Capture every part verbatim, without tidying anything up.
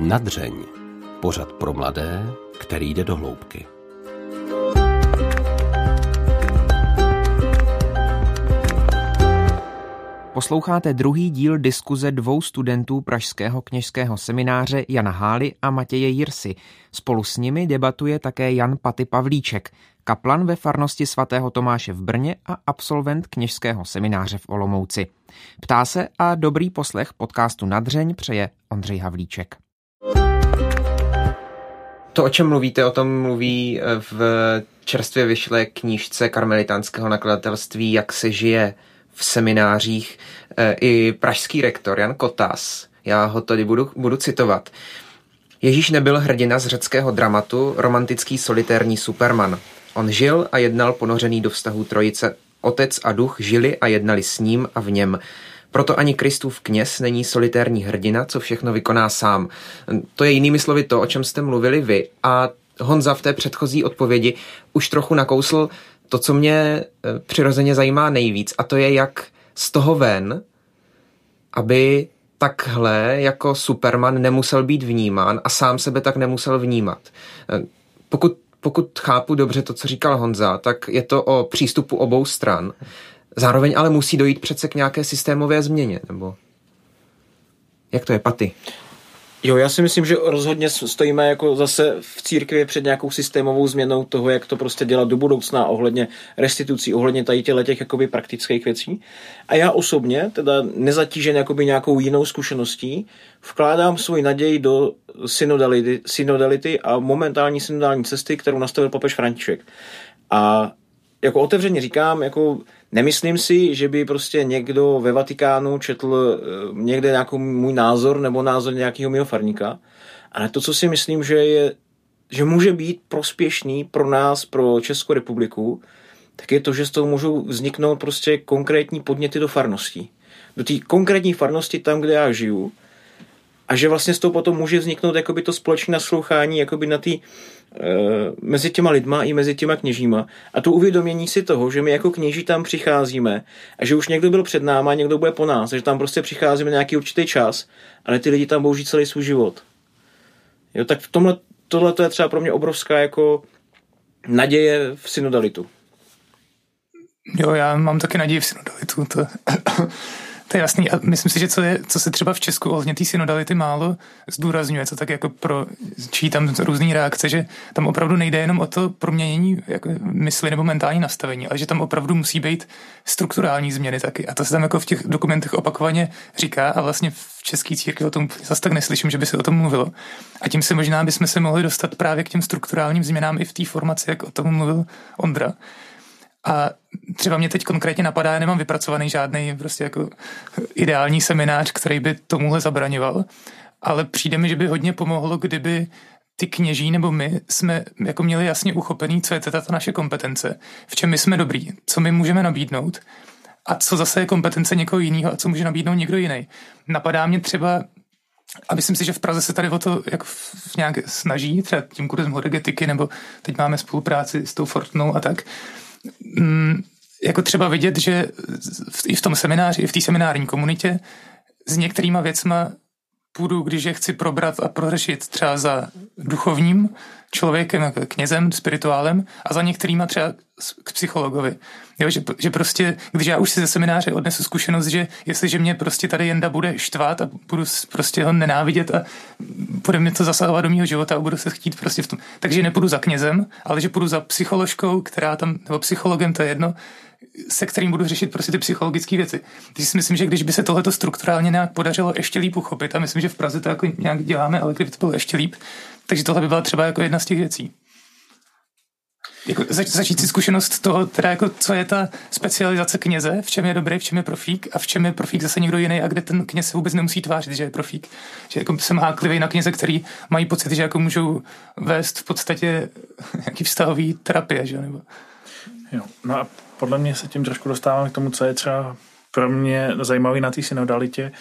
Nadřeň. Pořad pro mladé, který jde do hloubky. Posloucháte druhý díl diskuze dvou studentů pražského kněžského semináře Jana Hály a Matěje Jirsy. Spolu s nimi debatuje také Jan Paty Pavlíček, kaplan ve farnosti svatého Tomáše v Brně a absolvent kněžského semináře v Olomouci. Ptá se a dobrý poslech podcastu Nadřeň přeje Ondřej Havlíček. To, o čem mluvíte, o tom mluví v čerstvě vyšlé knížce karmelitánského nakladatelství Jak se žije v seminářích i pražský rektor Jan Kotas. Já ho tady budu, budu citovat. Ježíš nebyl hrdina z řeckého dramatu, romantický solitérní superman. On žil a jednal ponořený do vztahu trojice. Otec a duch žili a jednali s ním a v něm. Proto ani Kristův kněz není solitérní hrdina, co všechno vykoná sám. To je jinými slovy to, o čem jste mluvili vy. A Honza v té předchozí odpovědi už trochu nakousl to, co mě přirozeně zajímá nejvíc, a to je, jak z toho ven, aby takhle jako Superman nemusel být vnímán a sám sebe tak nemusel vnímat. Pokud, pokud chápu dobře to, co říkal Honza, tak je to o přístupu obou stran. Zároveň ale musí dojít přece k nějaké systémové změně, nebo jak to je, Paty? Jo, já si myslím, že rozhodně stojíme jako zase v církvi před nějakou systémovou změnou toho, jak to prostě dělat do budoucna ohledně restitucí, ohledně tady těch jakoby praktických věcí. A já osobně, teda nezatížen jakoby nějakou jinou zkušeností, vkládám svůj naději do synodality, synodality a momentální synodální cesty, kterou nastavil papež František. A jako otevřeně říkám, jako nemyslím si, že by prostě někdo ve Vatikánu četl někde nějaký můj názor nebo názor nějakého mého farníka, ale to, co si myslím, že je, že může být prospěšný pro nás, pro Českou republiku, tak je to, že z toho můžou vzniknout prostě konkrétní podněty do farností. Do té konkrétní farnosti tam, kde já žiju, a že vlastně z toho potom může vzniknout jakoby to společné naslouchání jakoby na tý, e, mezi těma lidma i mezi těma kněžíma. A to uvědomění si toho, že my jako kněží tam přicházíme a že už někdo byl před náma, někdo bude po nás, že tam prostě přicházíme nějaký určitý čas, ale ty lidi tam budou žít celý svůj život. Jo, tak v tomhle, tohle to je třeba pro mě obrovská jako naděje v synodalitu. Jo, já mám taky naději v synodalitu. To... To je jasný a myslím si, že co, je, co se třeba v Česku ohledně té synodality málo zdůrazňuje, co tak jako pro, čítám různý reakce, že tam opravdu nejde jenom o to proměnění jako mysli nebo mentální nastavení, ale že tam opravdu musí být strukturální změny taky. A to se tam jako v těch dokumentech opakovaně říká a vlastně v české církvi o tom zase tak neslyším, že by se o tom mluvilo. A tím se možná bychom se mohli dostat právě k těm strukturálním změnám i v té formaci, jak o tom mluvil Ondra. A třeba mě teď konkrétně napadá, já nemám vypracovaný žádný prostě jako ideální seminář, který by tomuhle zabraňoval, ale přijde mi, že by hodně pomohlo, kdyby ty kněží nebo my jsme jako měli jasně uchopený, co je teda ta naše kompetence, v čem my jsme dobrý, co my můžeme nabídnout a co zase je kompetence někoho jiného a co může nabídnout někdo jiný. Napadá mě třeba, a myslím si, že v Praze se tady o to jako nějak snaží, třeba tím kurzem hodegetiky, nebo teď máme spolupráci s tou Fortnou a tak, Mm, jako třeba vidět, že v, i v tom semináři, i v té seminární komunitě s některýma věcma půjdu, když je chci probrat a prořešit třeba za duchovním člověkem, jako knězem, spirituálem a za některýma třeba k psychologovi. Jo, že, že prostě, když já už si ze semináře odnesu zkušenost, že jestliže mě prostě tady Jenda bude štvát a budu prostě ho nenávidět a bude mě to zasahovat do mýho života a budu se chtít prostě v tom. Takže nepůjdu za knězem, ale že půjdu za psycholožkou, která tam, nebo psychologem, to je jedno, se kterým budu řešit prostě ty psychologické věci. Takže si myslím, že když by se tohleto strukturálně nějak podařilo ještě líp uchopit, a myslím, že v Praze to jako nějak děláme, ale kdyby to bylo ještě líp, takže tohle by byla třeba jako jedna z těch věcí. Jako zač, začít si zkušenost toho, teda jako co je ta specializace kněze, v čem je dobrý, v čem je profík a v čem je profík zase někdo jiný a kde ten kněz se vůbec nemusí tvářit, že je profík. Že jako jsem háklivý na kněze, který mají pocit, že jako můžou vést v podstatě nějaký vztahový terapie, že nebo... Jo, no a podle mě se tím trošku dostávám k tomu, co je třeba pro mě zajímavý na té synodalitě.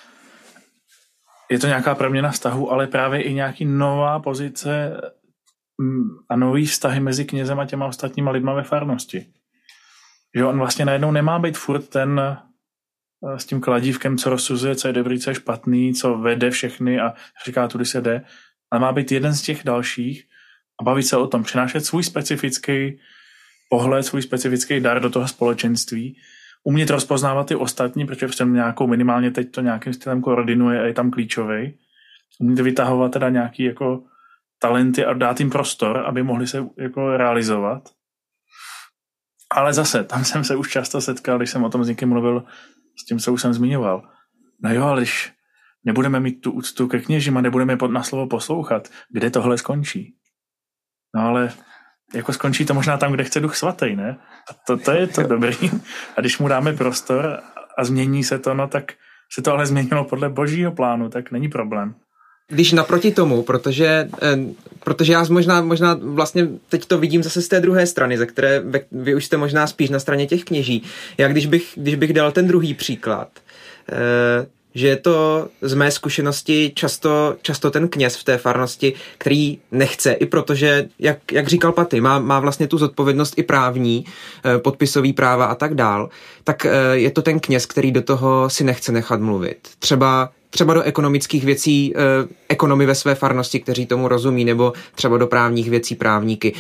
Je to nějaká proměna vztahu, ale právě i nějaký nová pozice a nový vztahy mezi knězem a těma ostatníma lidma ve farnosti. Že on vlastně najednou nemá být furt ten s tím kladívkem, co rozsuzuje, co je dobrý, co je špatný, co vede všechny a říká, tudy se jde. Ale má být jeden z těch dalších a bavit se o tom, přinášet svůj specifický pohled, svůj specifický dar do toho společenství, umět rozpoznávat ty ostatní, protože jsem nějakou minimálně teď to nějakým stylem koordinuje a je tam klíčový. Umět vytahovat teda nějaký jako talenty a dát jim prostor, aby mohli se jako realizovat. Ale zase, tam jsem se už často setkal, když jsem o tom s někým mluvil, s tím, co už jsem zmiňoval. No jo, ale když nebudeme mít tu úctu ke kněžím a nebudeme na slovo poslouchat, kde tohle skončí? No ale jako skončí to možná tam, kde chce Duch Svatý, ne? A to, to je to dobrý. A když mu dáme prostor a změní se to, no tak se to ale změnilo podle božího plánu, tak není problém. Když naproti tomu, protože, protože já možná, možná vlastně teď to vidím zase z té druhé strany, ze které vy už jste možná spíš na straně těch kněží. Já když bych, když bych dal ten druhý příklad, že je to z mé zkušenosti často, často ten kněz v té farnosti, který nechce, i protože, jak, jak říkal Paty, má, má vlastně tu zodpovědnost i právní, podpisový práva a tak dál, tak je to ten kněz, který do toho si nechce nechat mluvit. Třeba třeba do ekonomických věcí eh, ekonomy ve své farnosti, kteří tomu rozumí, nebo třeba do právních věcí právníky.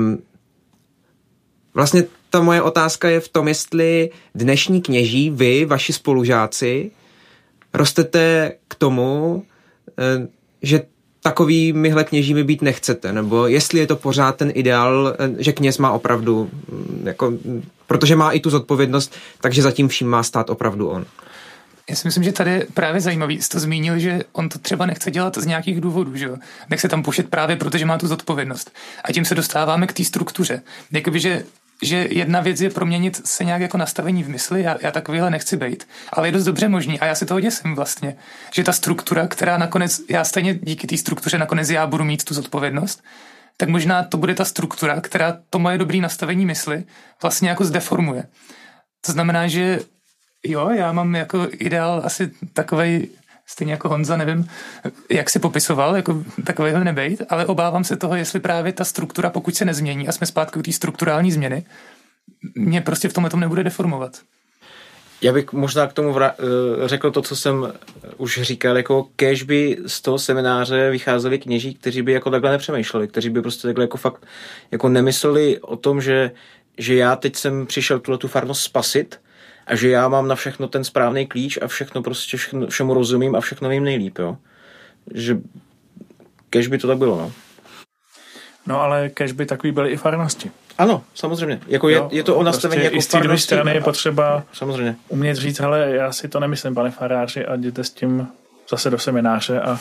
Vlastně ta moje otázka je v tom, jestli dnešní kněží, vy, vaši spolužáci, rostete k tomu, eh, že takovýmihle kněžími být nechcete, nebo jestli je to pořád ten ideál, eh, že kněz má opravdu, jako, protože má i tu zodpovědnost, takže zatím vším má stát opravdu on. Já si myslím, že tady je právě zajímavý, jsi to zmínil, že on to třeba nechce dělat z nějakých důvodů, že jo? Nechce tam pušet právě, protože má tu zodpovědnost. A tím se dostáváme k té struktuře. Jakoby, že, že jedna věc je proměnit se nějak jako nastavení v mysli, já, já takovýhle nechci bejt, ale je dost dobře možný a já si toho děsím vlastně, že ta struktura, která nakonec, já stejně díky té struktuře nakonec já budu mít tu zodpovědnost, tak možná to bude ta struktura, která to moje dobré nastavení mysli vlastně jako zdeformuje. To znamená, že jo, já mám jako ideál asi takovej, stejně jako Honza, nevím, jak si popisoval, jako takovejhle nebejt, ale obávám se toho, jestli právě ta struktura, pokud se nezmění a jsme zpátky u té strukturální změny, mě prostě v tomhle tom nebude deformovat. Já bych možná k tomu vra- řekl to, co jsem už říkal, jako kéž by z toho semináře vycházeli kněží, kteří by jako takhle nepřemýšleli, kteří by prostě takhle jako fakt jako nemysleli o tom, že, že já teď jsem přišel tuhle tu farnost spasit, a že já mám na všechno ten správný klíč a všechno prostě všechno, všemu rozumím a všechno vím nejlíp, jo. Že kež by to tak bylo, no. No ale kež by takový byly i farnosti. Ano, samozřejmě. Jako je, jo, je to o nastavení prostě jako farnosti. I z té druhé strany je potřeba samozřejmě umět říct, hele, já si to nemyslím, pane faráři, a jděte s tím zase do semináře. A...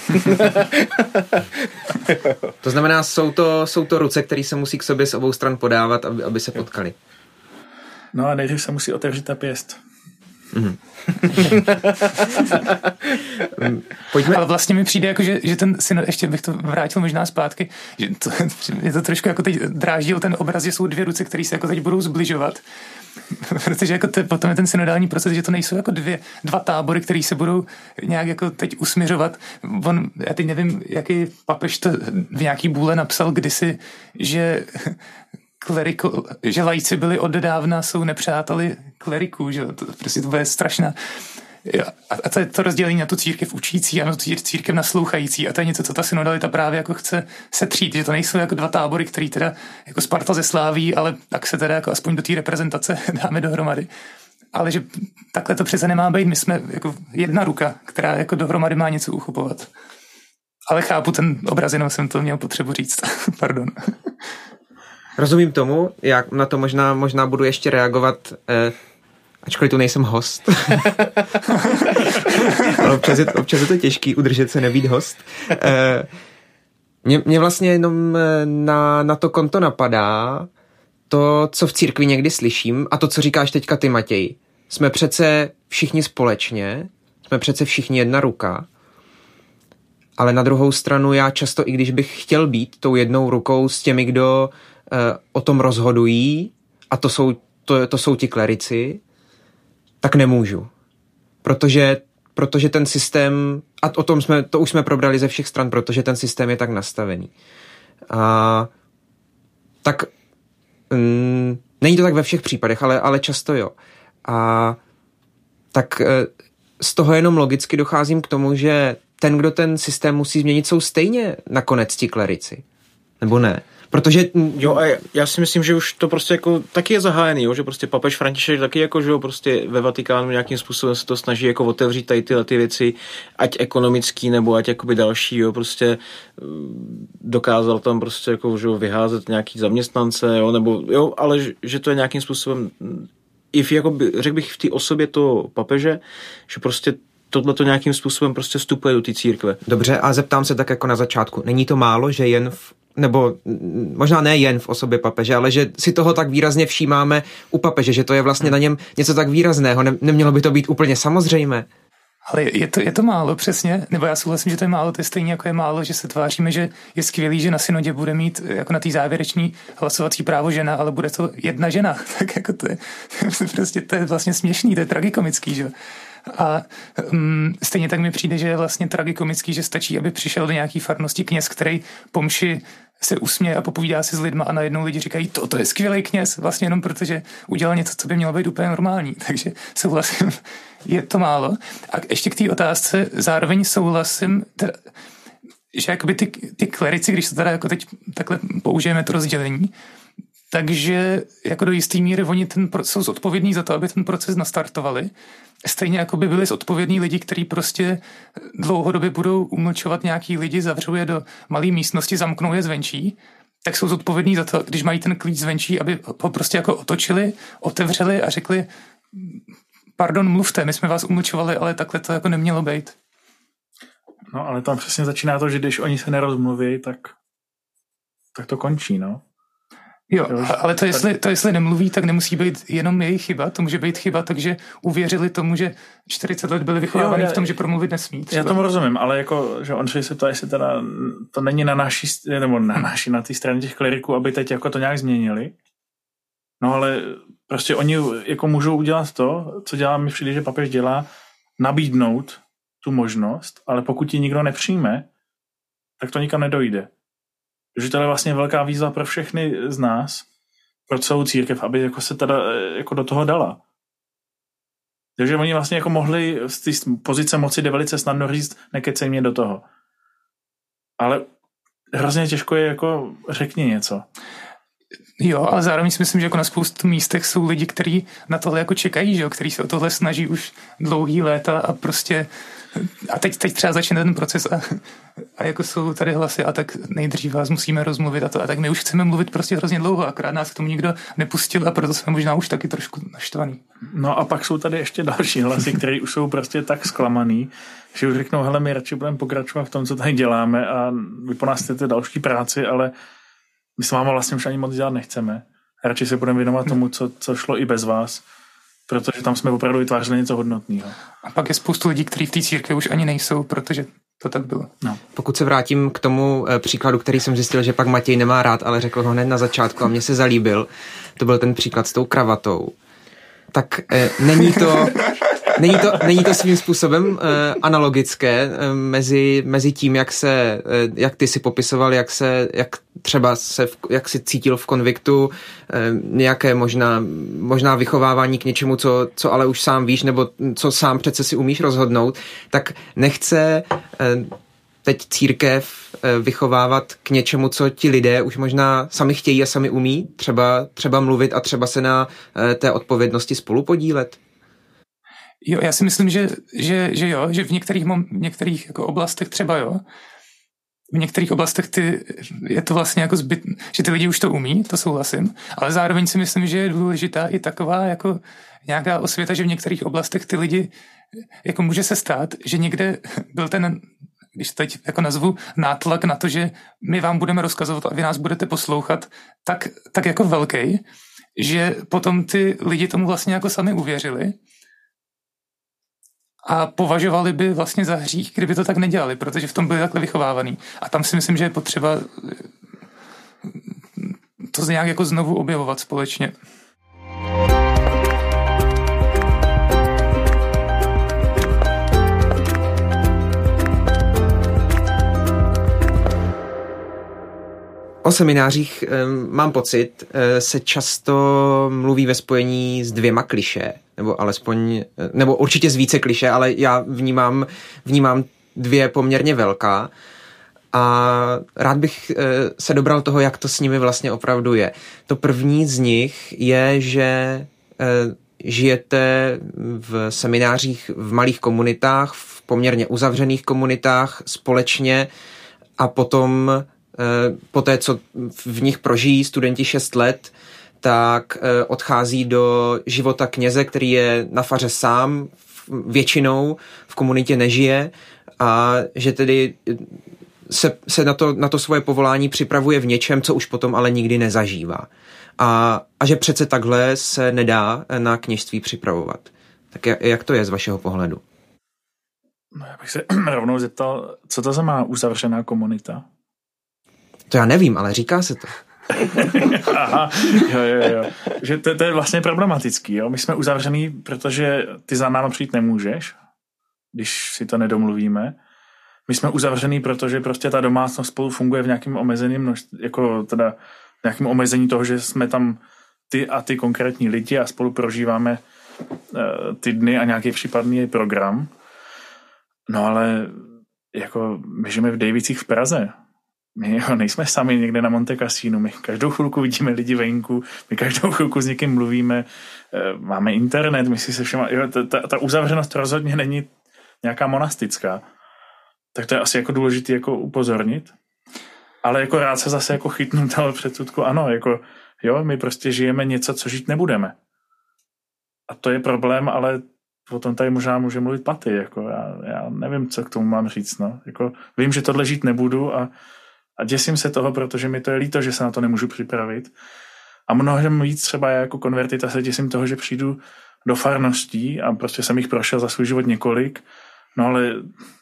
To znamená, jsou to, jsou to ruce, které se musí k sobě z obou stran podávat, aby, aby se potkali. No a nejdřív se musí otevřít ta pěst. Mm. Pojďme. Ale vlastně mi přijde, jako, že, že ten synod, ještě bych to vrátil možná zpátky, že to, je to trošku jako teď dráždil ten obraz, že jsou dvě ruce, které se jako teď budou zbližovat. Protože jako te, potom je ten synodální proces, že to nejsou jako dvě, dva tábory, které se budou nějak jako teď usměřovat. On, já teď nevím, jaký papež to v nějaký bůle napsal kdysi, že kleriko, že laici byli od dávna, jsou nepřáteli kleriků, že to prostě to bude strašná. A to je to rozdělení na tu církev učící a na tu církev naslouchající a to je něco, co ta synodalita právě jako chce setřít, že to nejsou jako dva tábory, který teda jako Sparta ze Sláví, ale tak se teda jako aspoň do té reprezentace dáme dohromady. Ale že takhle to přece nemá být, my jsme jako jedna ruka, která jako dohromady má něco uchopovat. Ale chápu ten obraz, jenom jsem to měl potřebu říct. Pardon. Rozumím tomu, já na to možná, možná budu ještě reagovat, eh, ačkoliv tu nejsem host. Ale občas je, občas je to těžký udržet se, nebýt host. Eh, mě, mě vlastně jenom na, na to konto napadá to, co v církvi někdy slyším a to, co říkáš teďka ty, Matěj. Jsme přece všichni společně, jsme přece všichni jedna ruka, ale na druhou stranu já často, i když bych chtěl být tou jednou rukou s těmi, kdo o tom rozhodují, a to jsou, to, to jsou ti klerici, tak nemůžu. Protože, protože ten systém, a o tom jsme, to už jsme probrali ze všech stran, protože ten systém je tak nastavený. A tak mm, není to tak ve všech případech, ale, ale často jo. A tak z toho jenom logicky docházím k tomu, že ten, kdo ten systém musí změnit, jsou stejně nakonec ti klerici. Nebo ne? Protože... Jo, a já si myslím, že už to prostě jako taky je zahájený, jo, že prostě papež František taky jako, že jo, prostě ve Vatikánu nějakým způsobem se to snaží jako otevřít tady tyhle ty věci, ať ekonomický, nebo ať jakoby další, jo, prostě dokázal tam prostě jako, že jo, vyházet nějaký zaměstnance, jo, nebo, jo, ale že to je nějakým způsobem i v, jakoby, řekl bych v té osobě toho papeže, že prostě tohle to nějakým způsobem prostě vstupuje do té církve. Dobře, a zeptám se tak jako na začátku. Není to málo, že jen v, nebo možná ne jen v osobě papeže, ale že si toho tak výrazně všímáme u papeže, že to je vlastně na něm něco tak výrazného. Ne, nemělo by to být úplně samozřejmé? Ale je to, je to málo, přesně, nebo já souhlasím, že to je málo, to je stejně jako je málo, že se tváříme, že je skvělý, že na synodě bude mít jako na té závěreční hlasovací právo žena, ale bude to jedna žena, tak jako to je, prostě to je vlastně směšný, to je tragikomický, že? A um, stejně tak mi přijde, že je vlastně tragikomický, že stačí, aby přišel do nějaký farnosti kněz, který po mši se usměje a popovídá si s lidma a najednou lidi říkají, to, to je skvělý kněz, vlastně jenom protože udělal něco, co by mělo být úplně normální. Takže souhlasím, je to málo. A ještě k té otázce zároveň souhlasím, teda, že jakoby ty, ty klerici, když se teda jako teď takhle použijeme to rozdělení, takže jako do jistý míry oni ten, jsou zodpovědní za to, aby ten proces nastartovali. Stejně jako by byli zodpovědní lidi, kteří prostě dlouhodobě budou umlčovat nějaký lidi, zavřou je do malé místnosti, zamknou je zvenčí, tak jsou zodpovědní za to, když mají ten klíč zvenčí, aby ho prostě jako otočili, otevřeli a řekli, pardon, mluvte, my jsme vás umlčovali, ale takhle to jako nemělo být. No, ale tam přesně začíná to, že když oni se nerozmluví, tak, tak to končí, no. Jo, ale to jestli, to jestli nemluví, tak nemusí být jenom jejich chyba, to může být chyba, takže uvěřili tomu, že čtyřicet let byli vychovávaní v tom, že promluvit nesmí. Třeba. Já tomu rozumím, ale jako, že on se ptá, jestli teda to není na naší, nebo na naší, na té straně těch kleriků, aby teď jako to nějak změnili. No ale prostě oni jako můžou udělat to, co dělá, mi přijde, že papež dělá, nabídnout tu možnost, ale pokud ji nikdo nepřijme, tak to nikam nedojde. Takže to je vlastně velká výzva pro všechny z nás, pro celou církev, aby jako se teda jako do toho dala. Takže oni vlastně jako mohli z té pozice moci jde velice snadno říct, nekecej mě do toho. Ale hrozně těžko je jako řekni něco. Jo, ale zároveň si myslím, že jako na spoustu místech jsou lidi, kteří na tohle jako čekají, že jo, kteří se o tohle snaží už dlouhý léta a prostě a teď, teď třeba začne ten proces a, a jako jsou tady hlasy a tak nejdřív vás musíme rozmluvit a to a tak my už chceme mluvit prostě hrozně dlouho, akorát nás k tomu nikdo nepustil a proto jsme možná už taky trošku naštvaný. No a pak jsou tady ještě další hlasy, které už jsou prostě tak zklamaný, že už řeknou, hele, my radši budeme pokračovat v tom, co tady děláme a vy po nás chcete další práci, ale my s váma vlastně už ani moc dělat nechceme. Radši se budeme věnovat tomu, co, co šlo i bez vás, protože tam jsme opravdu vytvářeli něco hodnotného. A pak je spoustu lidí, kteří v té církvi už ani nejsou, protože to tak bylo. No. Pokud se vrátím k tomu e, příkladu, který jsem zjistil, že pak Matěj nemá rád, ale řekl ho hned na začátku a mně se zalíbil, to byl ten příklad s tou kravatou, tak e, není to... Není to, není to svým způsobem uh, analogické uh, mezi, mezi tím, jak se, uh, jak ty si popisoval, jak se, jak třeba se, v, jak si cítil v konviktu, uh, nějaké možná, možná vychovávání k něčemu, co, co ale už sám víš, nebo co sám přece si umíš rozhodnout, tak nechce uh, teď církev uh, vychovávat k něčemu, co ti lidé už možná sami chtějí a sami umí, třeba, třeba mluvit a třeba se na uh, té odpovědnosti spolupodílet. Jo, já si myslím, že, že, že jo, že v některých, v některých jako oblastech třeba jo, v některých oblastech ty, je to vlastně jako zbyt, že ty lidi už to umí, to souhlasím, ale zároveň si myslím, že je důležitá i taková jako nějaká osvěta, že v některých oblastech ty lidi, jako může se stát, že někde byl ten, když teď jako nazvu, nátlak na to, že my vám budeme rozkazovat a vy nás budete poslouchat, tak, tak jako velký, že potom ty lidi tomu vlastně jako sami uvěřili a považovali by vlastně za hřích, kdyby to tak nedělali, protože v tom byli takhle vychovávaný. A tam si myslím, že je potřeba to nějak jako znovu objevovat společně. O seminářích, mám pocit, se často mluví ve spojení s dvěma klišé. nebo alespoň, nebo určitě z více klišé, ale já vnímám, vnímám dvě poměrně velká a rád bych se dobral toho, jak to s nimi vlastně opravdu je. To první z nich je, že žijete v seminářích v malých komunitách, v poměrně uzavřených komunitách společně a potom po té, co v nich prožijí studenti šest let, tak odchází do života kněze, který je na faře sám, většinou v komunitě nežije a že tedy se, se na, to, na to svoje povolání připravuje v něčem, co už potom ale nikdy nezažívá. A, a že přece takhle se nedá na kněžství připravovat. Tak jak to je z vašeho pohledu? No, já bych se rovnou zeptal, co to znamená uzavřená komunita? To já nevím, ale říká se to. Aha, jo, jo, jo. Že to, to je vlastně problematický. Jo? My jsme uzavřený, protože ty za náma přijít nemůžeš, když si to nedomluvíme. My jsme uzavřený, protože prostě ta domácnost spolu funguje v nějakém omezeném množství, jako teda v nějakém omezení toho, že jsme tam ty a ty konkrétní lidi a spolu prožíváme uh, ty dny a nějaký případný program. No ale jako my žijeme v Dejvicích v Praze. My jo, nejsme sami někde na Monte Cassino. My každou chvilku vidíme lidi venku, my každou chvilku s někým mluvíme, máme internet, my si se všema, jo, ta, ta, ta uzavřenost rozhodně není nějaká monastická. Tak to je asi jako důležité jako upozornit. Ale jako rád se zase jako chytnu toho předsudku. Ano, jako jo, my prostě žijeme něco, co žít nebudeme. A to je problém, ale o tom tady možná může mluvit Paty. Jako já, já nevím, co k tomu mám říct. No. Jako, vím, že tohle žít nebudu a A děsím se toho, protože mi to je líto, že se na to nemůžu připravit. A mnohem víc třeba já jako konvertita se děsím toho, že přijdu do farností a prostě jsem jich prošel za svůj život několik, no ale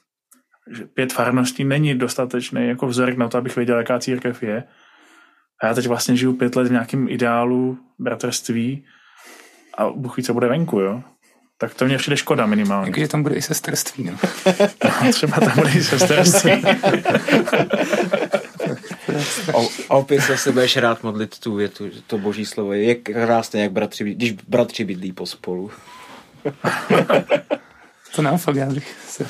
pět farností není dostatečný jako vzorek na to, abych věděl, jaká církev je. A já teď vlastně žiju pět let v nějakém ideálu bratrství a Bůh ví, co bude venku, jo. Tak to mě přijde škoda minimálně. Takže tam bude i sesterství, no. No, třeba tam bude i sesterství. A opět se se budeš rád modlit tu větu, to boží slovo je krásné, jak bratři, když bratři bydlí pospolu. To naopak, já bych se...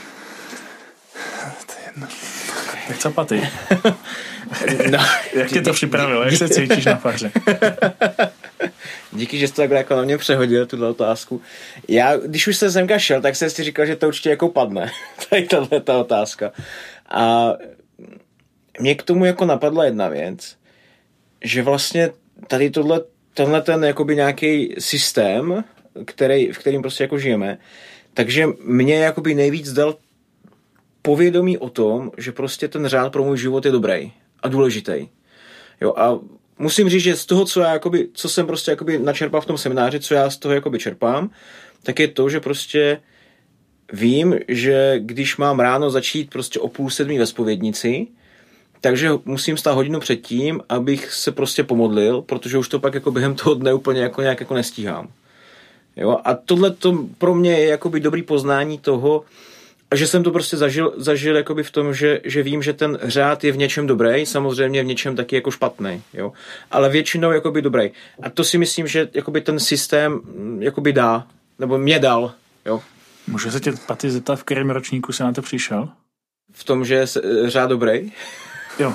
To je jedno. Tak co, Paty? No, jak tě to připravilo? Jak se cítíš na faře? Díky, že jsi to takhle jako na mě přehodil, tuhle otázku. Já, když už jsem semka šel, tak jsem si říkal, že to určitě jako padne. Tady tahle ta otázka. A mě k tomu jako napadla jedna věc, že vlastně tady tohle, tenhle ten jakoby nějaký systém, který, v kterým prostě jako žijeme, takže mě jakoby nejvíc dal povědomí o tom, že prostě ten řád pro můj život je dobrý a důležitý. Jo, a musím říct, že z toho, co já jakoby, co jsem prostě jakoby načerpal v tom semináři, co já z toho jakoby čerpám, tak je to, že prostě vím, že když mám ráno začít prostě o půl sedmí ve zpovědnici, takže musím stát hodinu předtím, abych se prostě pomodlil, protože už to pak jako během toho dne úplně jako nějak jako nestíhám. Jo? A tohle to pro mě je jakoby dobrý poznání toho, že jsem to prostě zažil, zažil jakoby v tom, že, že vím, že ten řád je v něčem dobrý, samozřejmě v něčem taky jako špatný, jo? Ale většinou jakoby dobrý. A to si myslím, že jakoby ten systém jakoby dá, nebo mě dal. Jo? Můžu se tě, Paty, zeptat, v kterém ročníku jsi na to přišel? V tom, že je řád dobrý? Jo.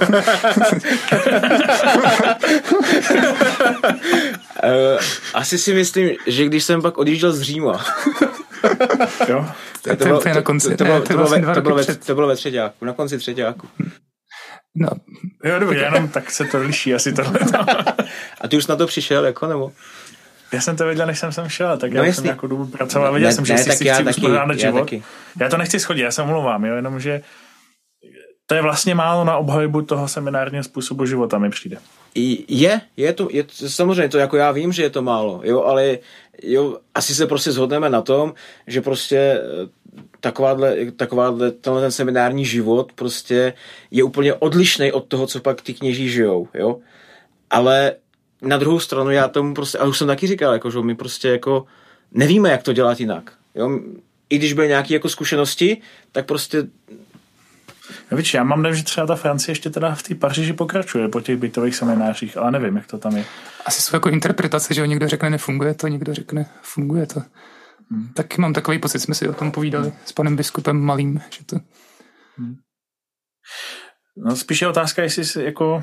Asi si myslím, že když jsem pak odjížděl z Říma. Jo. To, to, bylo, to, to, to, bylo, to, bylo, to, bylo ve, to bylo ve třetíku, na konci třetíku. No. Jo, dobře, jenom tak se to liší asi tohle. A ty už na to přišel, jako, nebo? Já jsem to věděl, než jsem sem šel, tak no já jsem nějakou dobu pracoval, věděl ne, jsem, že ne, si chci uspořádat život. Taky. Já to nechci schodit, já se omlouvám, jo, jenomže to je vlastně málo na obhajobu toho seminárního způsobu života, mi přijde. Je, je to, je to, samozřejmě to, jako já vím, že je to málo, jo, ale jo, asi se prostě shodneme na tom, že prostě takováhle, takováhle tenhle ten seminární život prostě je úplně odlišný od toho, co pak ty kněží žijou, jo, ale na druhou stranu já tomu prostě, a už jsem taky říkal, jako, že my prostě jako nevíme, jak to dělat jinak, jo, i když byly nějaké jako zkušenosti, tak prostě No víš, já mám dojem, že třeba ta Francie ještě teda v té Paříži pokračuje po těch bytových seminářích, ale nevím, jak to tam je. Asi jsou jako interpretace, že někdo řekne nefunguje to, někdo řekne funguje to. Hmm. Tak mám takový pocit, jsme si o tom povídali s panem biskupem Malým, že to... Hmm. No spíš je otázka, jestli si jako...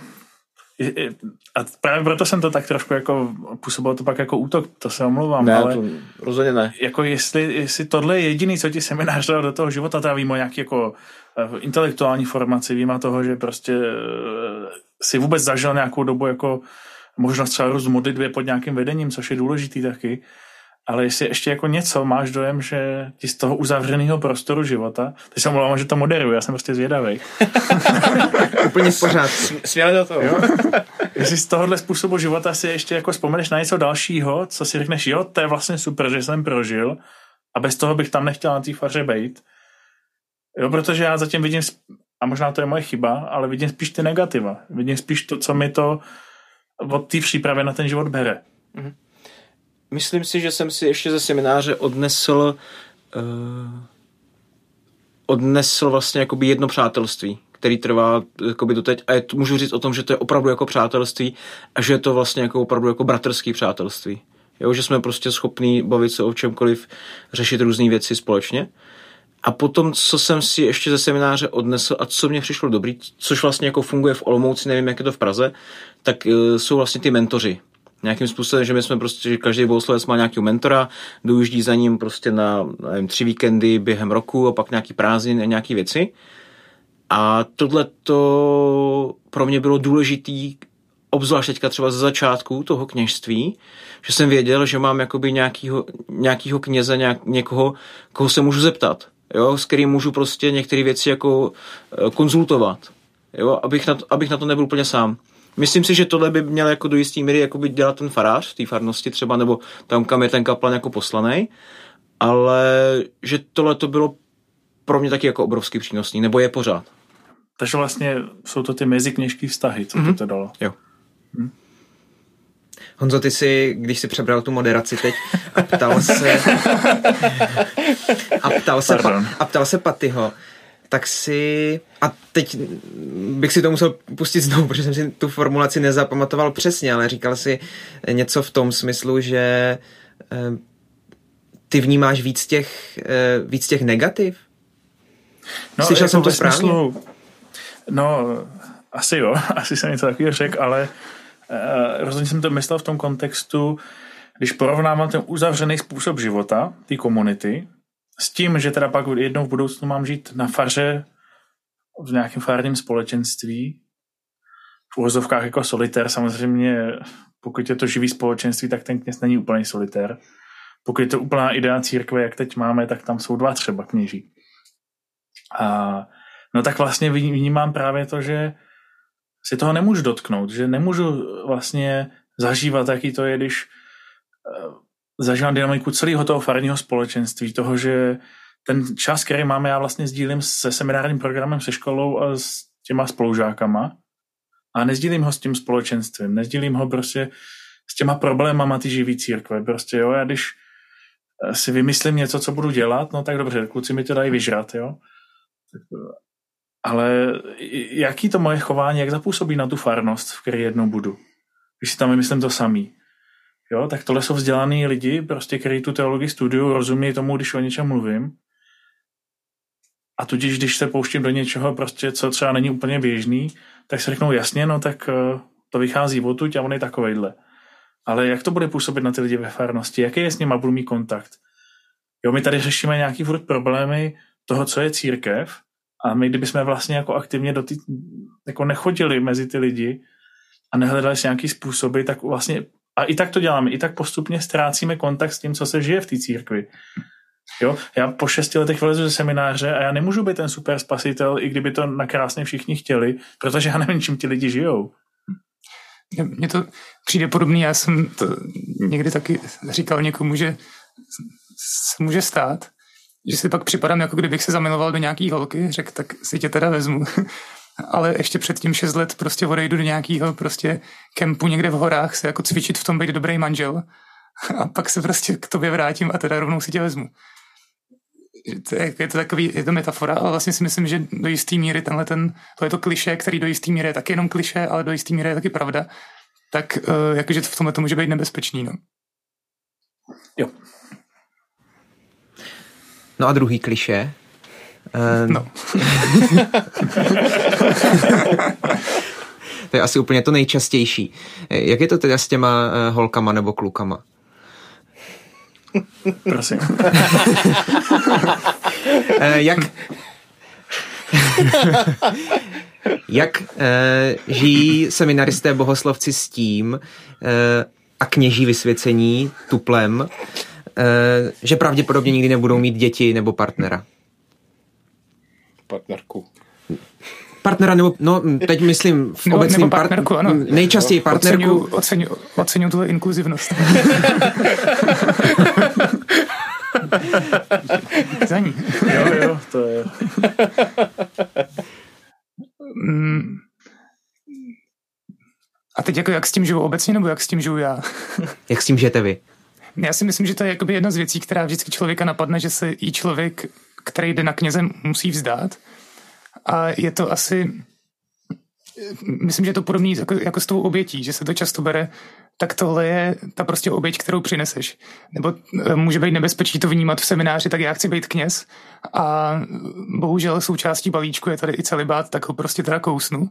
A právě proto jsem to tak trošku jako působilo to pak jako útok, to se omlouvám, ne, ale to rozhodně ne. Jako jestli, jestli tohle je jediný, co ti seminář dal do toho života, teda vím o nějaký jako intelektuální formaci, vím o toho, že prostě si vůbec zažil nějakou dobu jako možnost třeba růst modlitbě pod nějakým vedením, což je důležitý taky, ale jestli ještě jako něco máš dojem, že ti z toho uzavřeného prostoru života, teď se omlouvám, že to moderuju, já jsem prostě zvědavej. Úplně v pořádku. Směle do toho. Jo? Jestli z tohohle způsobu života si ještě jako vzpomeneš na něco dalšího, co si řekneš, jo, to je vlastně super, že jsem prožil a bez toho bych tam nechtěl na té faře bejt. Jo, protože já zatím vidím, a možná to je moje chyba, ale vidím spíš ty negativa. Vidím spíš to, co mi to od té přípravy na ten život bere. Mhm. Myslím si, že jsem si ještě ze semináře odnesl uh, odnesl vlastně jakoby jedno přátelství, který trvá jakoby doteď a je, můžu říct o tom, že to je opravdu jako přátelství a že je to vlastně jako opravdu jako bratrský přátelství. Jo, že jsme prostě schopní bavit se o čemkoliv, řešit různé věci společně. A potom, co jsem si ještě ze semináře odnesl a co mě přišlo dobrý, což vlastně jako funguje v Olomouci, nevím, jak je to v Praze, tak uh, jsou vlastně ty mentoři. Nějakým způsobem, že my jsme prostě, že každý bohoslovec má nějakého mentora, dojíždí za ním prostě na, nevím, tři víkendy během roku a pak nějaký prázdniny a nějaký věci. A tohle to pro mě bylo důležitý, obzvlášť teďka třeba ze začátku toho kněžství, že jsem věděl, že mám jakoby nějakýho, nějakýho kněze, nějak, někoho, koho se můžu zeptat, jo, s kterým můžu prostě některé věci jako konzultovat, jo, abych na to, abych na to nebyl úplně sám. Myslím si, že tohle by měl jako do jistý míry jakoby dělat ten farář v té farnosti třeba, nebo tam, kam je ten kaplan jako poslanej, ale že tohle to bylo pro mě taky jako obrovský přínosný, nebo je pořád. Takže vlastně jsou to ty mezikněžský vztahy, co mm-hmm. to dalo. Jo. Hm? Honzo, ty si, když si přebral tu moderaci teď a ptal se a ptal se, pa, a ptal se Patyho, tak si, a teď bych si to musel pustit znovu, protože jsem si tu formulaci nezapamatoval přesně, ale říkal si něco v tom smyslu, že ty vnímáš víc těch, víc těch negativ? No, Slyšel jako jsem to smyslu, správně? No, asi jo, asi jsem něco takového řekl, ale uh, rozhodně jsem to myslel v tom kontextu, když porovnávám ten uzavřený způsob života, té komunity, s tím, že teda pak jednou v budoucnu mám žít na faře v nějakém farním společenství, v uvozovkách jako solitér, samozřejmě pokud je to živý společenství, tak ten kněz není úplný solitér. Pokud je to úplná idea církve, jak teď máme, tak tam jsou dva třeba kněží. A no tak vlastně vnímám právě to, že si toho nemůžu dotknout, že nemůžu vlastně zažívat, jaký to je, když zažívám dynamiku celého toho farního společenství, toho, že ten čas, který máme, já vlastně sdílím se seminárním programem, se školou a s těma spolužákama a nezdílím ho s tím společenstvím, nezdílím ho prostě s těma problémama ty živý církve. Prostě jo, já když si vymyslím něco, co budu dělat, no tak dobře, kluci mi to dají vyžrat, jo. Ale jaký to moje chování, jak zapůsobí na tu farnost, v které jednou budu? Když si tam vymyslím to samý. Jo, tak tohle jsou vzdělaný lidi, prostě, kteří tu teologii studují, rozumějí tomu, když o něčem mluvím. A tudíž, když se pouštím do něčeho, prostě, co třeba není úplně běžný, tak si řeknou jasně, no tak to vychází odtud a on je takovejhle. Ale jak to bude působit na ty lidi ve farnosti? Jaký je s nima budu mít kontakt? Jo, my tady řešíme nějaký furt problémy toho, co je církev, a my kdybychom vlastně jako aktivně do ty, jako nechodili mezi ty lidi a nehledali si nějaký způsoby, tak vlastně, a i tak to děláme, i tak postupně ztrácíme kontakt s tím, co se žije v té církvi. Jo, já po šesti letech vylezu ze semináře a já nemůžu být ten super spasitel, i kdyby to nakrásně všichni chtěli, protože já nevím, čím ti lidi žijou. Mně to přijde podobný, já jsem to někdy taky říkal někomu, že se může stát, že si pak připadám, jako kdybych se zamiloval do nějaký holky, řekl, tak si tě teda vezmu. Ale ještě předtím šest let prostě odejdu do nějakého prostě kempu někde v horách se jako cvičit v tom být dobrý manžel a pak se prostě k tobě vrátím a teda rovnou si tě vezmu. je to takový, je to metafora, ale vlastně si myslím, že do jistý míry tenhle ten, to je to klišé, který do jistý míry je taky jenom klišé, ale do jistý míry je taky pravda, tak jakože v tomhle to může být nebezpečný, no. Jo. No a druhý klišé? Um... No. To je asi úplně to nejčastější. Jak je to teda s těma holkama nebo klukama? Prosím. Jak Jak eh, žijí seminaristé bohoslovci s tím eh, a kněží vysvěcení tuplem, eh, že pravděpodobně nikdy nebudou mít děti nebo partnera? Partnerku. Partnera nebo, no teď myslím v nebo, obecným nebo partnerku, part, ano. Nejčastěji partnerku. Oceňuji oceňuji tuhle inkluzivnost. Za ní. Jo, jo, to je. A teď jako jak s tím žiju obecně, nebo jak s tím žiju já? Jak s tím žijete vy? Já si myslím, že to je jakoby jedna z věcí, která vždycky člověka napadne, že se i člověk, který jde na kněze, musí vzdát. A je to asi, myslím, že je to podobný jako, jako s tou obětí, že se to často bere, tak tohle je ta prostě oběť, kterou přineseš. Nebo může být nebezpečí to vnímat v semináři, tak já chci být kněz a bohužel součástí balíčku je tady i celibát, tak ho prostě teda kousnu.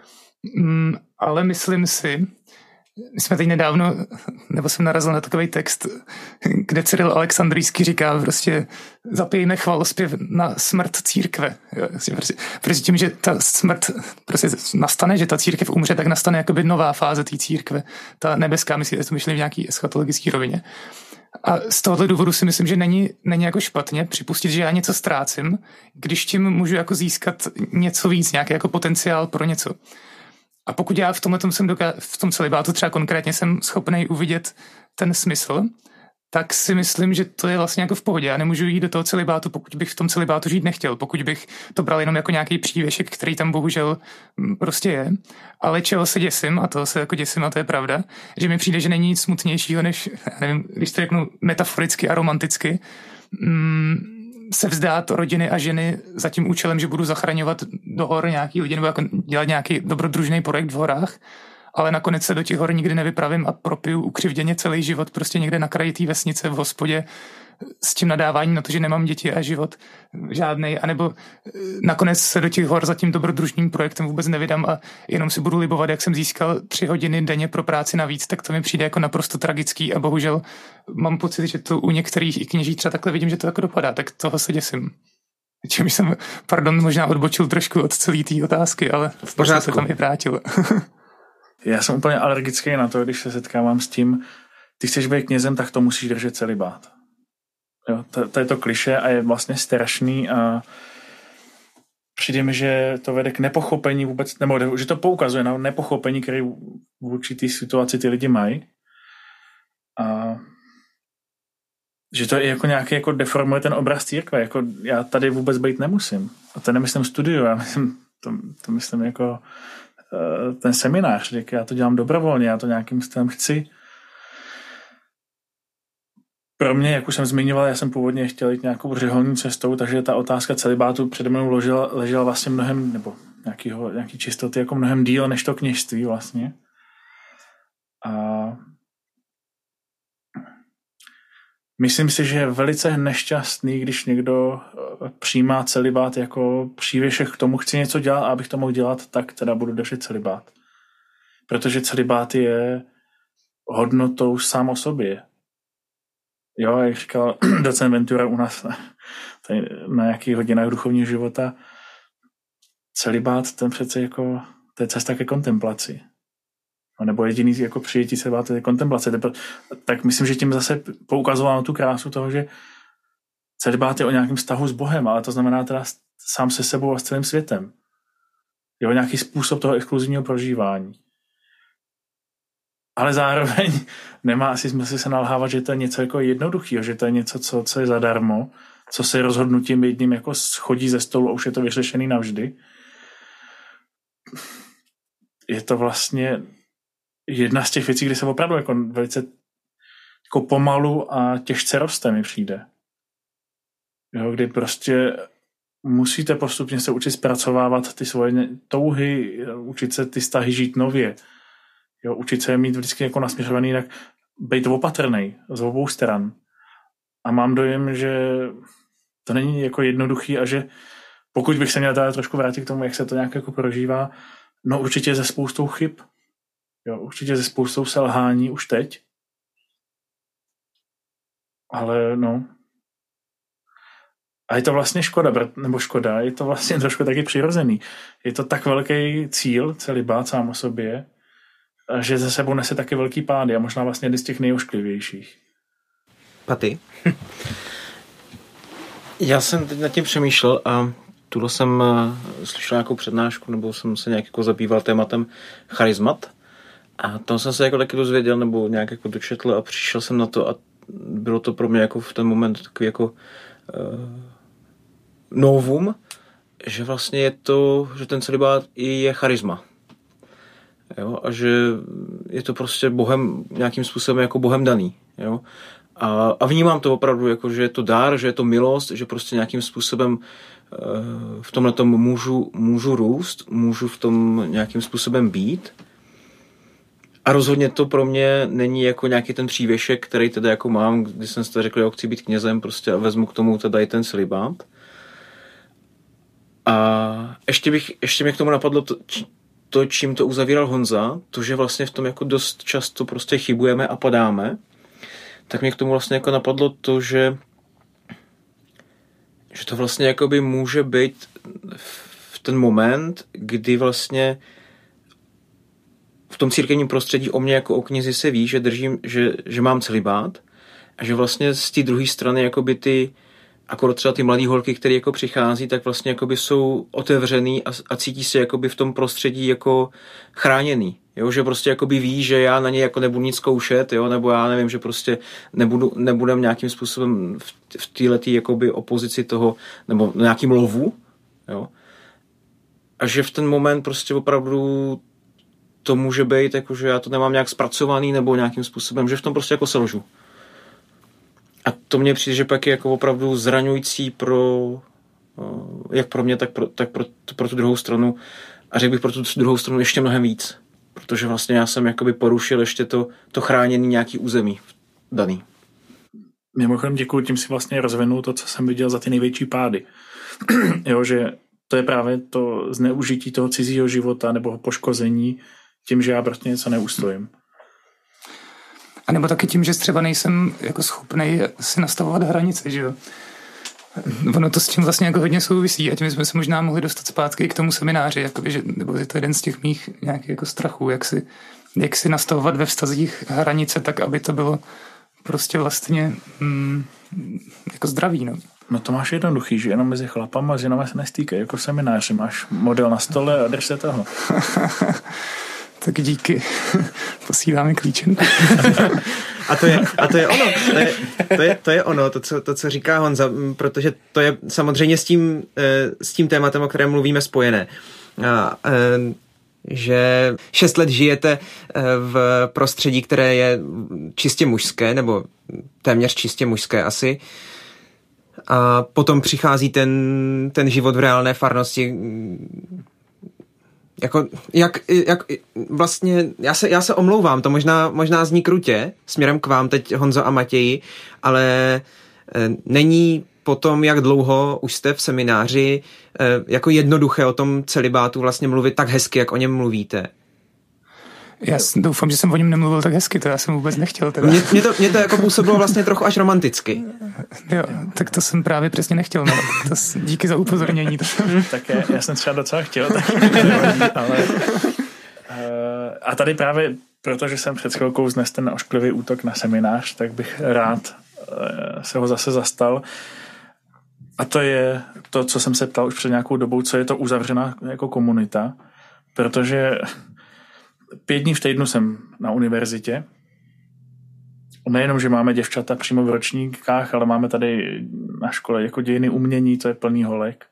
Mm, ale myslím si, my jsme teď nedávno, nebo jsem narazil na takový text, kde Cyril Alexandrijský říká prostě zapijme chvalospěv na smrt církve. Prostě, prostě tím, že ta smrt prostě nastane, že ta církev umře, tak nastane jakoby nová fáze té církve. Ta nebeská, myslím, že to myšlím v nějaký eschatologické rovině. A z tohoto důvodu si myslím, že není, není jako špatně připustit, že já něco ztrácím, když tím můžu jako získat něco víc, nějaký jako potenciál pro něco. A pokud já v tomhle jsem doká- v tom celibátu třeba konkrétně jsem schopný uvidět ten smysl, tak si myslím, že to je vlastně jako v pohodě. Já nemůžu jít do toho celibátu, pokud bych v tom celibátu žít nechtěl, pokud bych to bral jenom jako nějaký přívěšek, který tam bohužel prostě je. Ale čeho se děsím, a to se jako děsím, a to je pravda, že mi přijde, že není nic smutnějšího, než, já nevím, když to řeknu metaforicky a romanticky, mm, se vzdát rodiny a ženy za tím účelem, že budu zachraňovat do hor nějaký lidi nebo jako dělat nějaký dobrodružný projekt v horách, ale nakonec se do těch hor nikdy nevypravím a propiju ukřivděně celý život prostě někde na kraji té vesnice v hospodě s tím nadáváním na to, že nemám děti a život žádnej, anebo nakonec se do těch hor za tím dobrodružným projektem vůbec nevydám a jenom si budu libovat, jak jsem získal tři hodiny denně pro práci navíc, tak to mi přijde jako naprosto tragický a bohužel mám pocit, že to u některých i kněží třeba takhle vidím, že to jako dopadá, tak toho se děsím. Čím jsem, pardon, možná odbočil trošku od celé té otázky, ale v pořádku se tam i vrátil. Já jsem úplně alergický na to, když se setkávám s tím, ty chceš být knězem, tak to musíš držet celibát. Jo, to, to je to klišé a je vlastně strašný a přijde mi, že to vede k nepochopení vůbec, nebo že to poukazuje na nepochopení, které v určitý situaci ty lidi mají a že to je jako nějaký jako deformuje ten obraz církve, jako já tady vůbec být nemusím. A to nemyslím studiu, já myslím, to, to myslím jako uh, ten seminář, já to dělám dobrovolně, já to nějakým stylem chci. Pro mě, jak už jsem zmiňoval, já jsem původně chtěl jít nějakou řeholní cestou, takže ta otázka celibátu přede mnou ležela, ležela vlastně mnohem, nebo nějakýho, nějaký čistoty, jako mnohem díl než to kněžství vlastně. A myslím si, že je velice nešťastný, když někdo přijímá celibát jako přívěšek k tomu, chci něco dělat a abych to mohl dělat, tak teda budu držet celibát. Protože celibát je hodnotou sám o sobě. Jo, jak říkal docent Ventura u nás na, na nějakých hodinách duchovního života, celibát, ten přece jako, to je cesta ke kontemplaci. No, nebo jediný jako přijetí celibátu je kontemplace. Tak myslím, že tím zase poukazoval na tu krásu toho, že celibát je o nějakém vztahu s Bohem, ale to znamená teda sám se sebou a s celým světem. Jo, nějaký způsob toho exkluzivního prožívání. Ale zároveň nemá asi smysl se nalhávat, že to je něco jako jednoduchého, že to je něco, co, co je zadarmo, co se rozhodnutím jedním jako schodí ze stolu a už je to vyřešený navždy. Je to vlastně jedna z těch věcí, kdy se opravdu jako velice jako pomalu a těžce roste mi přijde. Jo, kdy prostě musíte postupně se učit zpracovávat ty svoje touhy, učit se ty vztahy žít nově. Jo, učit se je mít vždycky jako nasměřovaný, jinak být opatrnej z obou stran. A mám dojem, že to není jako jednoduchý a že pokud bych se měl teda trošku vrátit k tomu, jak se to nějak jako prožívá, no určitě ze spoustou chyb. Jo, určitě ze spoustou selhání už teď. Ale no. A je to vlastně škoda, nebo škoda, je to vlastně trošku taky přirozený. Je to tak velký cíl, celibát sám o sobě, že ze sebou nese taky velký pády a možná vlastně jeden z těch nejošklivějších. Paty? Já jsem teď nad tím přemýšlel a tuhle jsem slyšel nějakou přednášku, nebo jsem se nějak jako zabýval tématem charizmat a tam jsem se jako taky dozvěděl, nebo nějak jako dočetl a přišel jsem na to a bylo to pro mě jako v ten moment takový jako uh, novum, že vlastně je to, že ten celibát je charisma. Jo? A že je to prostě Bohem, nějakým způsobem jako Bohem daný. Jo? A, a vnímám to opravdu jako, že je to dár, že je to milost, že prostě nějakým způsobem uh, v tomhle tom můžu, můžu růst, můžu v tom nějakým způsobem být. A rozhodně to pro mě není jako nějaký ten přívěšek, který teda jako mám, když jsem si to řekl, že chci být knězem prostě a vezmu k tomu teda i ten celibát. A ještě, bych, ještě mě k tomu napadlo to, to, čím to uzavíral Honza, to, že vlastně v tom jako dost často prostě chybujeme a padáme, tak mě k tomu vlastně jako napadlo to, že, že to vlastně jakoby může být v ten moment, kdy vlastně v tom církevním prostředí o mě jako o knězi se ví, že držím, že, že mám celibát a že vlastně z té druhé strany jakoby ty, akorát třeba ty mladý holky, které jako přichází, tak vlastně jakoby jsou otevřený a, a cítí se jakoby v tom prostředí jako chráněný. Jo, že prostě jakoby ví, že já na ně jako nebudu nic zkoušet, jo, nebo já nevím, že prostě nebudu, nebudem nějakým způsobem v, v téhletý jakoby opozici toho, nebo nějakým lovu, jo. A že v ten moment prostě opravdu to může být, jako, že já to nemám nějak zpracovaný nebo nějakým způsobem, že v tom prostě jako selžu. A to mně přijde, že pak je jako opravdu zraňující pro, jak pro mě, tak pro, tak pro, pro tu druhou stranu. A řekl bych pro tu druhou stranu ještě mnohem víc. Protože vlastně já jsem jakoby porušil ještě to, to chráněný nějaký území daný. Mimochodem děkuju, tím si vlastně rozvinul to, co jsem viděl za ty největší pády. Jo, že to je právě to zneužití toho cizího života nebo poškození tím, že já prostě něco neustojím. A nebo taky tím, že třeba nejsem jako schopnej si nastavovat hranice, že jo. Ono to s tím vlastně jako hodně souvisí a tím jsme se možná mohli dostat zpátky k tomu semináři, jakoby, že, nebo je to jeden z těch mých nějakých jako strachů, jak si, jak si nastavovat ve vztazích hranice tak, aby to bylo prostě vlastně mm, jako zdravý, no. No to máš jednoduchý, že jenom mezi chlapama a ženama se nestýkají, jako v semináři. Máš model na stole a drž se toho. Tak díky. Posíláme klíčenku. A to je, a to je ono. To je, to je, to je ono, to co, to, co říká Honza, protože to je samozřejmě s tím, s tím tématem, o kterém mluvíme, spojené. A, že šest let žijete v prostředí, které je čistě mužské, nebo téměř čistě mužské asi, a potom přichází ten, ten život v reálné farnosti. Jako, jak, jak vlastně, já se, já se omlouvám, to možná, možná zní krutě, směrem k vám teď, Honzo a Matěji, ale e, není potom, jak dlouho už jste v semináři, e, jako jednoduché o tom celibátu vlastně mluvit tak hezky, jak o něm mluvíte. Já doufám, že jsem o něm nemluvil tak hezky, to já jsem vůbec nechtěl. Teda. Mě, mě, to, mě to jako působilo vlastně trochu až romanticky. Jo, tak to jsem právě přesně nechtěl. No. To, díky za upozornění. Tak já, já jsem třeba docela chtěl, tak nevadí, ale uh, a tady právě, protože jsem před chvilkou znesl ten ošklivý útok na seminář, tak bych rád uh, se ho zase zastal. A to je to, co jsem se ptal už před nějakou dobou, co je to uzavřená jako komunita, protože pět dní v týdnu jsem na univerzitě. Nejenom, že máme děvčata přímo v ročníkách, ale máme tady na škole jako dějiny umění, to je plný holek.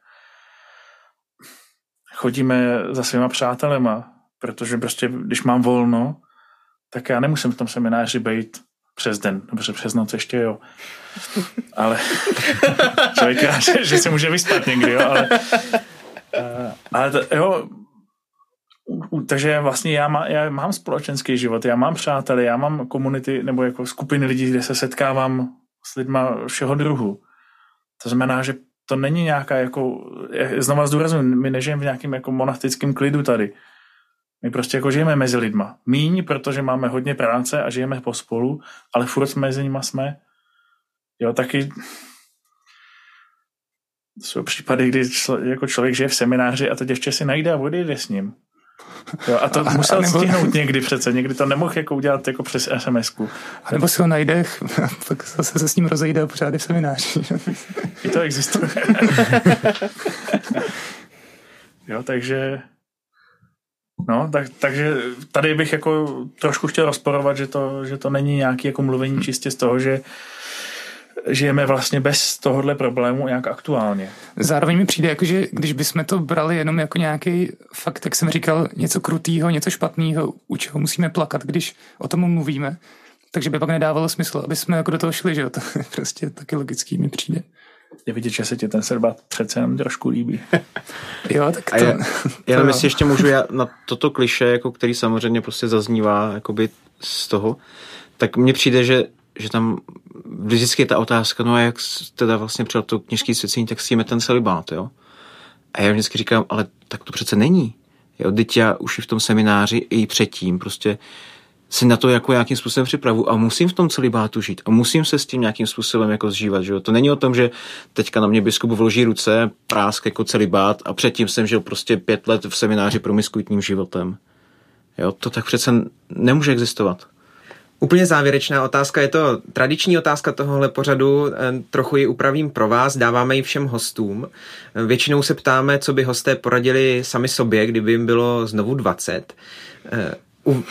Chodíme za svýma přátelema, protože prostě, když mám volno, tak já nemusím v tom semináři být Přes den, dobře, přes noc ještě jo. Ale člověk rád, že, že se může vyspat někdy, jo, ale, ale to, jo, takže vlastně já, má, já mám společenský život, já mám přátele, já mám komunity nebo jako skupiny lidí, kde se setkávám s lidma všeho druhu. To znamená, že to není nějaká jako, znova zdůraznuju, my nežijeme v nějakém jako monastickém klidu tady. My prostě jako žijeme mezi lidma. Míň, protože máme hodně práce a žijeme pospolu, ale furt mezi nima jsme. Jo, taky jsou případy, kdy člo, jako člověk žije v semináři a to děvče si najde a odejde s ním. Jo, a to a, musel a nebo... stihnout někdy přece. Někdy to nemohl jako udělat jako přes es em esku. A nebo si ho najde, pak zase se s ním rozejde a pořád je v semináři. I to existuje. Jo, takže no, tak, takže tady bych jako trošku chtěl rozporovat, že to, že to není nějaké jako mluvení čistě z toho, že žijeme vlastně bez tohohle problému nějak aktuálně. Zároveň mi přijde, jako, že když bychom to brali jenom jako nějaký fakt, jak jsem říkal, něco krutýho, něco špatného, u čeho musíme plakat, když o tom mluvíme, takže by pak nedávalo smysl, aby jsme jako do toho šli, že jo, to je prostě taky logický mi přijde. Je vidět, že se ti ten Srbát přece jenom trošku líbí. Jo, tak to... A já, já myslím, ještě můžu já na toto kliše, jako který samozřejmě prostě zaznívá jakoby z toho, tak mně přijde, že, že tam vždycky je ta otázka, no a jak teda vlastně přijal to kněžský svěcení, tak s ten celibát, jo. A já vždycky říkám, ale tak to přece není. Jo, teď já už i v tom semináři i předtím prostě se na to jako nějakým způsobem připravu a musím v tom celibátu žít a musím se s tím nějakým způsobem jako zžívat, že jo. To není o tom, že teďka na mě biskup vloží ruce, prásk jako celibát a předtím jsem žil prostě pět let v semináři promiskuitním životem. Jo, to tak přece nemůže existovat. Úplně závěrečná otázka, je to tradiční otázka tohohle pořadu, trochu ji upravím pro vás, dáváme ji všem hostům. Většinou se ptáme, co by hosté poradili sami sobě, kdyby jim bylo znovu dvacet. U...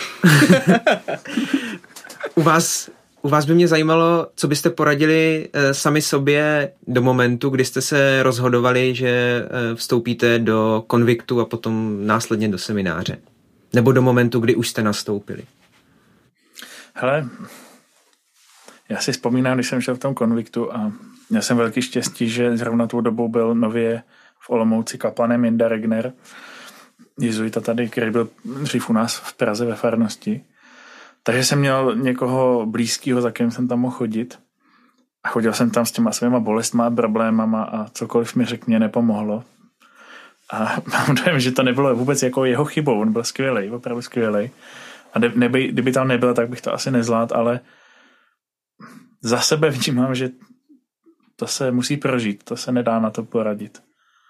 u, vás, u vás by mě zajímalo, co byste poradili sami sobě do momentu, kdy jste se rozhodovali, že vstoupíte do konviktu a potom následně do semináře. Nebo do momentu, kdy už jste nastoupili. Hele, já si vzpomínám, když jsem šel v tom konviktu a měl jsem velký štěstí, že zrovna tou dobou byl nově v Olomouci kaplanem Jinda Regner, jezuita tady, který byl dřív u nás v Praze ve farnosti. Takže jsem měl někoho blízkého, za kým jsem tam mohl chodit. A chodil jsem tam s těma svýma bolestma a problémama a cokoliv mi řekl, mě nepomohlo. A mám dojem, že to nebylo vůbec jako jeho chybou. On byl skvělej, opravdu skvělej. A neby, kdyby tam nebyl, tak bych to asi nezvládl, ale za sebe vnímám, že to se musí prožít, to se nedá na to poradit.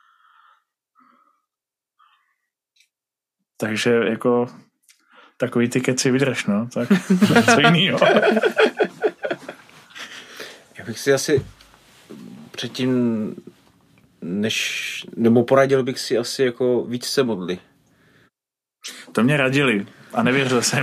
Takže jako takový ty keci vydrž, no, tak co jinýho. Já bych si asi předtím, než, nebo poradil bych si asi jako víc se modlit. To mě radili a nevěřil jsem.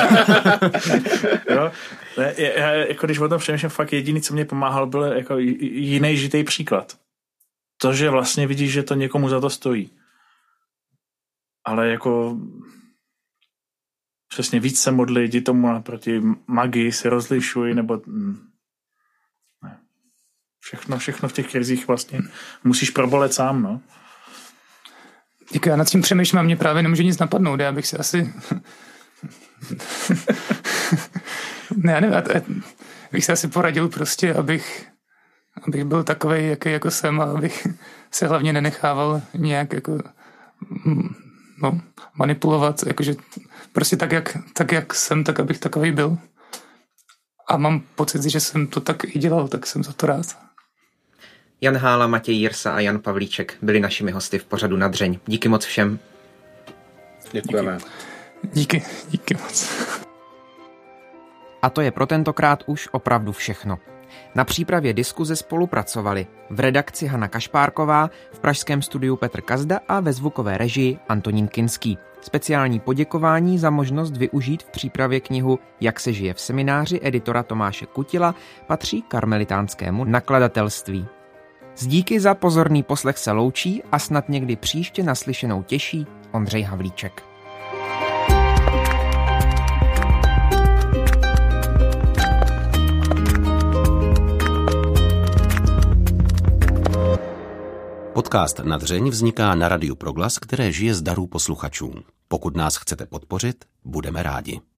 Jo? Já, jako když o tom přemýšlím, fakt jediný, co mě pomáhal, byl jako jiný žitej příklad. To, že vlastně vidíš, že to někomu za to stojí. Ale jako přesně víc se modlí, jdi tomu naproti, magii se rozlišuj, nebo ne. Všechno, všechno v těch krizích vlastně musíš probolet sám, no. Díky, já nad tím přemýšlím a mě právě nemůže nic napadnout, já bych si asi... ne, já nevím, bych si asi poradil prostě, abych, abych byl takovej, jaký jako jsem a abych se hlavně nenechával nějak jako no, manipulovat, jakože prostě tak jak, tak, jak jsem, tak abych takovej byl. A mám pocit, že jsem to tak i dělal, tak jsem za to rád. Jan Hála, Matěj Jirsa a Jan Pavlíček byli našimi hosty v pořadu Na dřeň. Díky moc všem. Děkujeme. Díky, díky moc. A to je pro tentokrát už opravdu všechno. Na přípravě diskuze spolupracovali v redakci Hana Kašpárková, v pražském studiu Petr Kazda a ve zvukové režii Antonín Kinský. Speciální poděkování za možnost využít v přípravě knihu Jak se žije v semináři editora Tomáše Kutila patří karmelitánskému nakladatelství. S díky za pozorný poslech se loučí a snad někdy příště naslyšenou těší Ondřej Havlíček. Podcast Nadřeň vzniká na Radiu Proglas, které žije z darů posluchačů. Pokud nás chcete podpořit, budeme rádi.